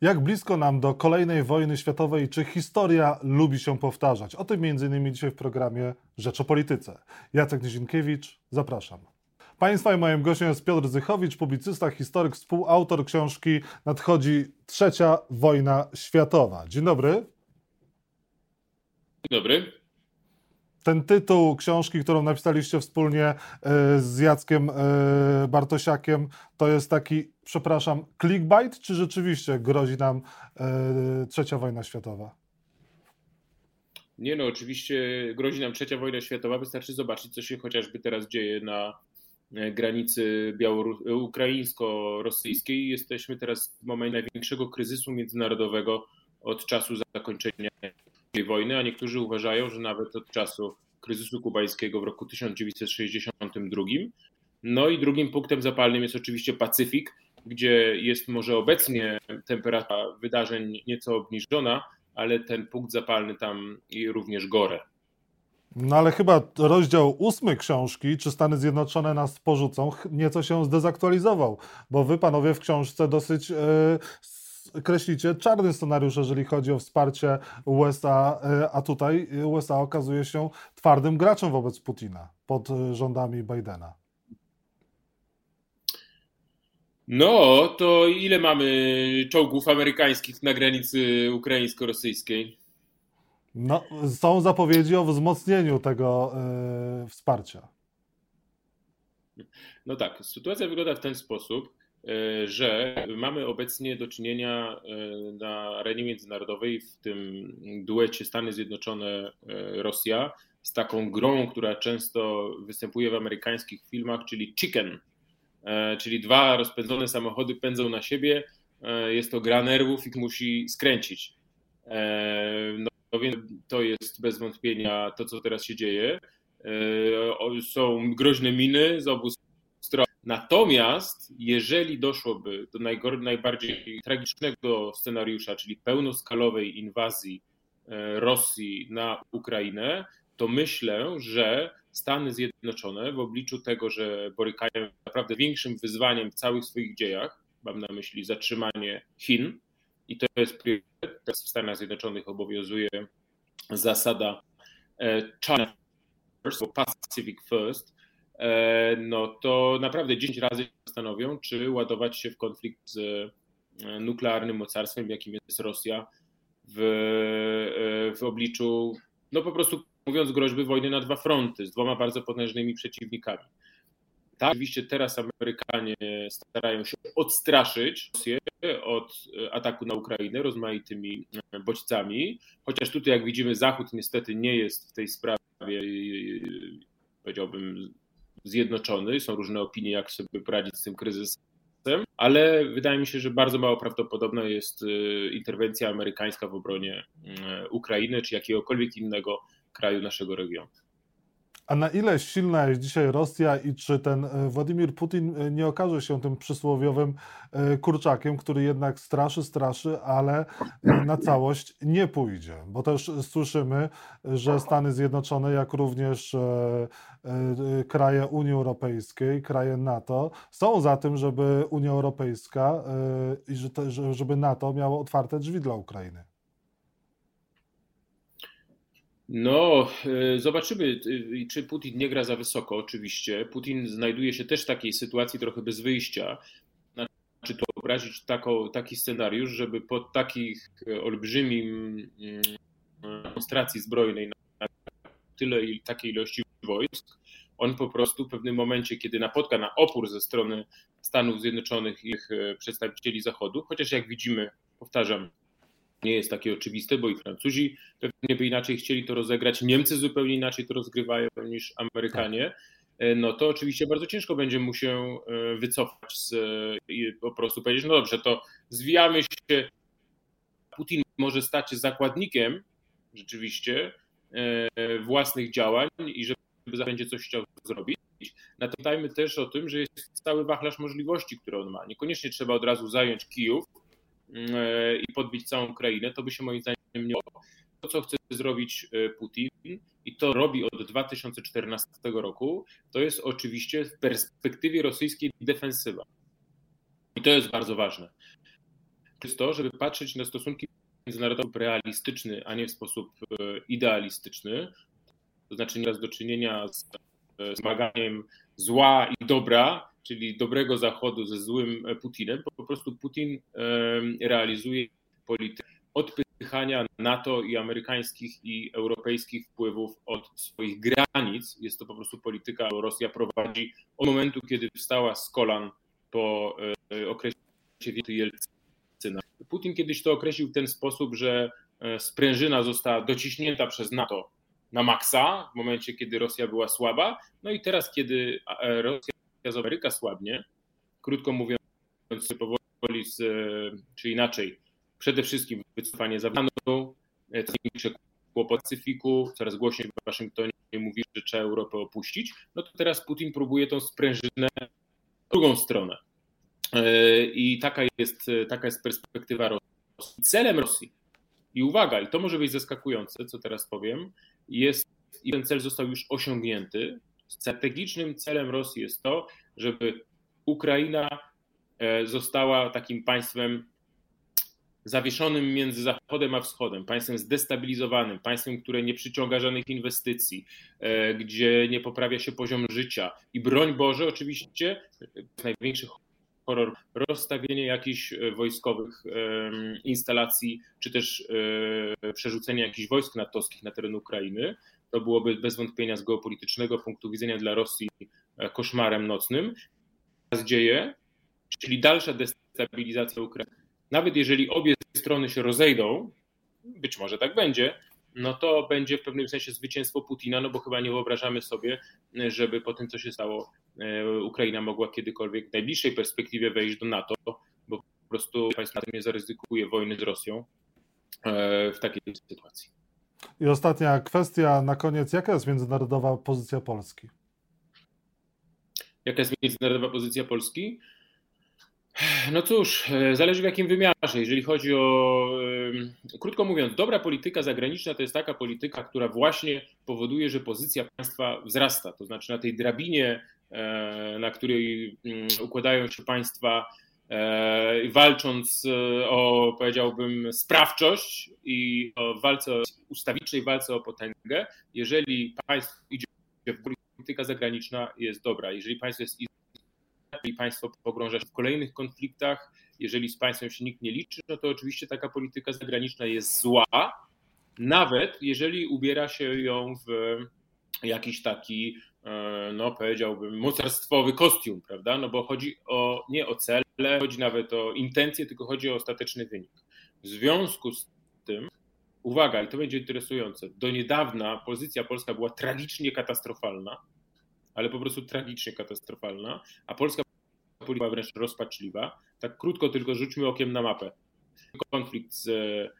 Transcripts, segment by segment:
Jak blisko nam do kolejnej wojny światowej, czy historia lubi się powtarzać? O tym m.in. dzisiaj w programie Rzecz o Polityce. Jacek Nizinkiewicz, zapraszam. Państwa i moim gościem jest Piotr Zychowicz, publicysta, historyk, współautor książki Nadchodzi trzecia wojna światowa. Dzień dobry. Dzień dobry. Ten tytuł książki, którą napisaliście wspólnie z Jackiem Bartosiakiem, to jest taki, przepraszam, clickbait, czy rzeczywiście grozi nam trzecia wojna światowa? Nie no, oczywiście grozi nam trzecia wojna światowa. Wystarczy zobaczyć, co się chociażby teraz dzieje na granicy ukraińsko-rosyjskiej. Jesteśmy teraz w momencie największego kryzysu międzynarodowego od czasu zakończenia tej wojny, a niektórzy uważają, że nawet od czasu kryzysu kubańskiego w roku 1962. No i drugim punktem zapalnym jest oczywiście Pacyfik, gdzie jest może obecnie temperatura wydarzeń nieco obniżona, ale ten punkt zapalny tam również gorę. No ale chyba rozdział 8 książki, czy Stany Zjednoczone nas porzucą, nieco się zdezaktualizował, bo wy, panowie, w książce dosyć kreślicie czarny scenariusz, jeżeli chodzi o wsparcie USA, a tutaj USA okazuje się twardym graczem wobec Putina pod rządami Bidena. No, to ile mamy czołgów amerykańskich na granicy ukraińsko-rosyjskiej? No, są zapowiedzi o wzmocnieniu tego wsparcia. No tak, sytuacja wygląda w ten sposób, że mamy obecnie do czynienia na arenie międzynarodowej w tym duecie Stany Zjednoczone-Rosja z taką grą, która często występuje w amerykańskich filmach, czyli chicken, czyli dwa rozpędzone samochody pędzą na siebie, jest to gra nerwów i musi skręcić. No więc to jest bez wątpienia to, co teraz się dzieje. Są groźne miny z obu stron. Natomiast jeżeli doszłoby do najbardziej tragicznego scenariusza, czyli pełnoskalowej inwazji Rosji na Ukrainę, to myślę, że Stany Zjednoczone w obliczu tego, że borykają się naprawdę większym wyzwaniem w całych swoich dziejach, mam na myśli zatrzymanie Chin, i to jest priorytet, teraz w Stanach Zjednoczonych obowiązuje zasada China First, Pacific First, no to naprawdę 10 razy się zastanowią, czy ładować się w konflikt z nuklearnym mocarstwem, jakim jest Rosja, w obliczu, no po prostu mówiąc, groźby wojny na dwa fronty, z dwoma bardzo potężnymi przeciwnikami. Tak, oczywiście teraz Amerykanie starają się odstraszyć Rosję od ataku na Ukrainę rozmaitymi bodźcami, chociaż tutaj, jak widzimy, Zachód niestety nie jest w tej sprawie, powiedziałbym, zjednoczony. Są różne opinie, jak sobie poradzić z tym kryzysem, ale wydaje mi się, że bardzo mało prawdopodobna jest interwencja amerykańska w obronie Ukrainy czy jakiegokolwiek innego kraju naszego regionu. A na ile silna jest dzisiaj Rosja i czy ten Władimir Putin nie okaże się tym przysłowiowym kurczakiem, który jednak straszy, ale na całość nie pójdzie? Bo też słyszymy, że Stany Zjednoczone, jak również kraje Unii Europejskiej, kraje NATO są za tym, żeby Unia Europejska i żeby NATO miało otwarte drzwi dla Ukrainy. No, zobaczymy, czy Putin nie gra za wysoko, oczywiście. Putin znajduje się też w takiej sytuacji trochę bez wyjścia. Znaczy to wyobrazić taki scenariusz, żeby po takich olbrzymim demonstracji zbrojnej na tyle i takiej ilości wojsk, on po prostu w pewnym momencie, kiedy napotka na opór ze strony Stanów Zjednoczonych i ich przedstawicieli Zachodu, chociaż jak widzimy, powtarzam, nie jest takie oczywiste, bo i Francuzi pewnie by inaczej chcieli to rozegrać, Niemcy zupełnie inaczej to rozgrywają niż Amerykanie, no to oczywiście bardzo ciężko będzie mu się wycofać i po prostu powiedzieć, no dobrze, to zwijamy się, Putin może stać się zakładnikiem rzeczywiście własnych działań i że będzie coś chciał zrobić. Natomiast pamiętajmy też o tym, że jest cały wachlarz możliwości, które on ma. Niekoniecznie trzeba od razu zająć Kijów i podbić całą Ukrainę, to by się moim zdaniem nie udało. To, co chce zrobić Putin i to robi od 2014 roku, to jest oczywiście w perspektywie rosyjskiej defensywa. I to jest bardzo ważne. jest to, żeby patrzeć na stosunki międzynarodowe w sposób realistyczny, a nie w sposób idealistyczny. To znaczy nie raz do czynienia z zmaganiem zła i dobra, czyli dobrego Zachodu ze złym Putinem. Po prostu Putin realizuje politykę odpychania NATO i amerykańskich i europejskich wpływów od swoich granic. Jest to po prostu polityka, którą Rosja prowadzi od momentu, kiedy wstała z kolan po okresie Jelcyna. Putin kiedyś to określił w ten sposób, że sprężyna została dociśnięta przez NATO na maksa w momencie, kiedy Rosja była słaba. No i teraz, kiedy Rosja z Ameryka słabnie, krótko mówiąc, powoli, czy inaczej, przede wszystkim wycofanie z Afganistanu, coraz większe kłopot w Pacyfiku, coraz głośniej w Waszyngtonie mówi, że trzeba Europę opuścić, no to teraz Putin próbuje tą sprężynę w drugą stronę. I taka jest perspektywa Rosji. Celem Rosji, i uwaga, i to może być zaskakujące, co teraz powiem, i ten cel został już osiągnięty. Strategicznym celem Rosji jest to, żeby Ukraina została takim państwem zawieszonym między Zachodem a Wschodem, państwem zdestabilizowanym, państwem, które nie przyciąga żadnych inwestycji, gdzie nie poprawia się poziom życia. I broń Boże, oczywiście, największy horror, rozstawienie jakichś wojskowych instalacji, czy też przerzucenie jakichś wojsk natowskich na teren Ukrainy. To byłoby bez wątpienia z geopolitycznego punktu widzenia dla Rosji koszmarem nocnym. Co dzieje, czyli dalsza destabilizacja Ukrainy. Nawet jeżeli obie strony się rozejdą, być może tak będzie, no to będzie w pewnym sensie zwycięstwo Putina, no bo chyba nie wyobrażamy sobie, żeby po tym, co się stało, Ukraina mogła kiedykolwiek w najbliższej perspektywie wejść do NATO, bo po prostu państwo na tym nie zaryzykuje wojny z Rosją w takiej sytuacji. I ostatnia kwestia na koniec. Jaka jest międzynarodowa pozycja Polski? Jaka jest międzynarodowa pozycja Polski? No cóż, zależy w jakim wymiarze. Jeżeli chodzi o, krótko mówiąc, dobra polityka zagraniczna to jest taka polityka, która właśnie powoduje, że pozycja państwa wzrasta. To znaczy na tej drabinie, na której układają się państwa, walcząc o, powiedziałbym, sprawczość i o ustawicznej walce o potęgę, jeżeli państwo idzie w górę, polityka zagraniczna jest dobra. Jeżeli państwo jest jeżeli państwo pogrąża się w kolejnych konfliktach, jeżeli z państwem się nikt nie liczy, no to oczywiście taka polityka zagraniczna jest zła, nawet jeżeli ubiera się ją w jakiś taki, no powiedziałbym, mocarstwowy kostium, prawda? No bo chodzi nie o cele, chodzi nawet o intencje, tylko chodzi o ostateczny wynik. W związku z tym, uwaga, i to będzie interesujące, do niedawna pozycja polska była tragicznie katastrofalna, ale po prostu tragicznie katastrofalna, a polska polityka była wręcz rozpaczliwa. Tak krótko tylko rzućmy okiem na mapę. Konflikt z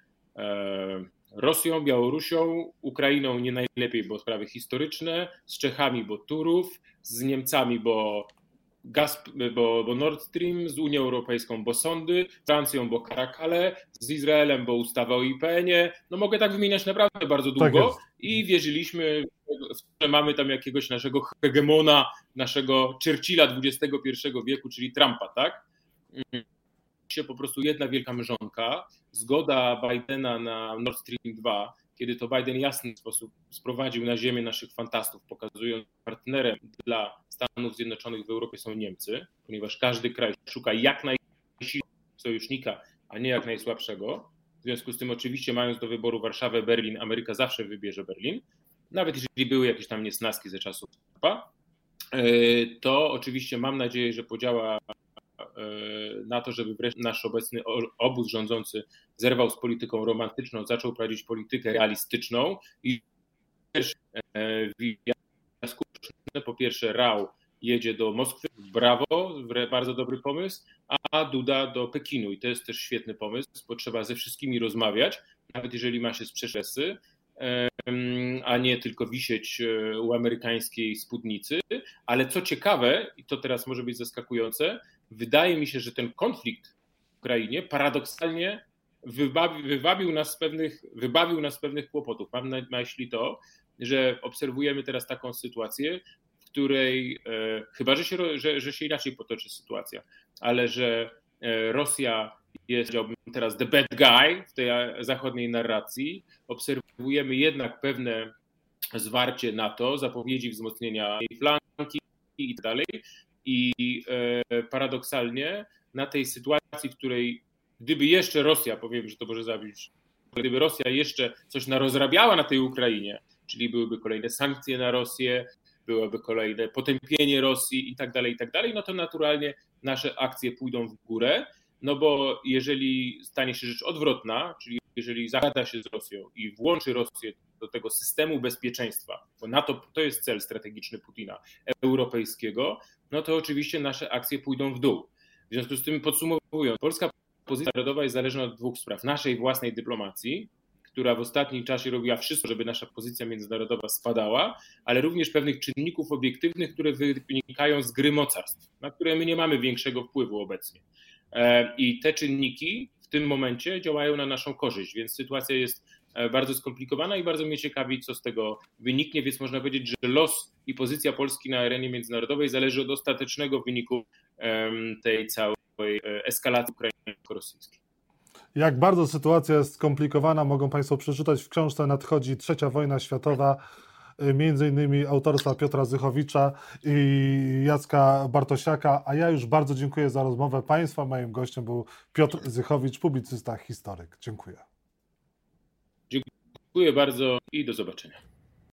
Rosją, Białorusią, Ukrainą nie najlepiej, bo sprawy historyczne, z Czechami, bo Turów, z Niemcami, bo Nord Stream, z Unią Europejską, bo sądy, z Francją, bo Karakale, z Izraelem, bo ustawa o IPN-ie. No mogę tak wymieniać naprawdę bardzo długo tak i wierzyliśmy, że mamy tam jakiegoś naszego hegemona, naszego Churchilla XXI wieku, czyli Trumpa, tak? Się po prostu jedna wielka mrzonka, zgoda Bidena na Nord Stream 2, kiedy to Biden w jasny sposób sprowadził na ziemię naszych fantastów, pokazując, że partnerem dla Stanów Zjednoczonych w Europie są Niemcy, ponieważ każdy kraj szuka jak najsilniejszego sojusznika, a nie jak najsłabszego. W związku z tym oczywiście, mając do wyboru Warszawę, Berlin, Ameryka zawsze wybierze Berlin. Nawet jeżeli były jakieś tam niesnaski ze czasów Trumpa, to oczywiście mam nadzieję, że podziała na to, żeby wreszcie nasz obecny obóz rządzący zerwał z polityką romantyczną, zaczął prowadzić politykę realistyczną i po pierwsze Rau jedzie do Moskwy, brawo, bardzo dobry pomysł, a Duda do Pekinu i to jest też świetny pomysł, bo trzeba ze wszystkimi rozmawiać, nawet jeżeli ma się sprzeczesy, a nie tylko wisieć u amerykańskiej spódnicy, ale co ciekawe, i to teraz może być zaskakujące, wydaje mi się, że ten konflikt w Ukrainie paradoksalnie wybawił nas z pewnych kłopotów. Mam na myśli to, że obserwujemy teraz taką sytuację, w której, chyba że się inaczej potoczy sytuacja, ale że Rosja jest, powiedziałbym teraz, the bad guy w tej zachodniej narracji. Obserwujemy jednak pewne zwarcie NATO, zapowiedzi wzmocnienia jej flanki i tak dalej. I paradoksalnie na tej sytuacji, w której gdyby jeszcze Rosja, powiem, że to może zabić, gdyby Rosja jeszcze coś narozrabiała na tej Ukrainie, czyli byłyby kolejne sankcje na Rosję, byłoby kolejne potępienie Rosji i tak dalej, no to naturalnie nasze akcje pójdą w górę, no bo jeżeli stanie się rzecz odwrotna, czyli jeżeli zagada się z Rosją i włączy Rosję do tego systemu bezpieczeństwa, bo NATO to jest cel strategiczny Putina, europejskiego, no to oczywiście nasze akcje pójdą w dół. W związku z tym, podsumowując, polska pozycja narodowa jest zależna od dwóch spraw. Naszej własnej dyplomacji, która w ostatnim czasie robiła wszystko, żeby nasza pozycja międzynarodowa spadała, ale również pewnych czynników obiektywnych, które wynikają z gry mocarstw, na które my nie mamy większego wpływu obecnie. I te czynniki w tym momencie działają na naszą korzyść, więc sytuacja jest bardzo skomplikowana i bardzo mnie ciekawi, co z tego wyniknie, więc można powiedzieć, że los i pozycja Polski na arenie międzynarodowej zależy od ostatecznego wyniku tej całej eskalacji ukraińsko-rosyjskiej. Jak bardzo sytuacja jest skomplikowana, mogą Państwo przeczytać w książce Nadchodzi trzecia wojna światowa, między innymi autorstwa Piotra Zychowicza i Jacka Bartosiaka, a ja już bardzo dziękuję za rozmowę Państwa. Moim gościem był Piotr Zychowicz, publicysta, historyk. Dziękuję. Dziękuję bardzo i do zobaczenia.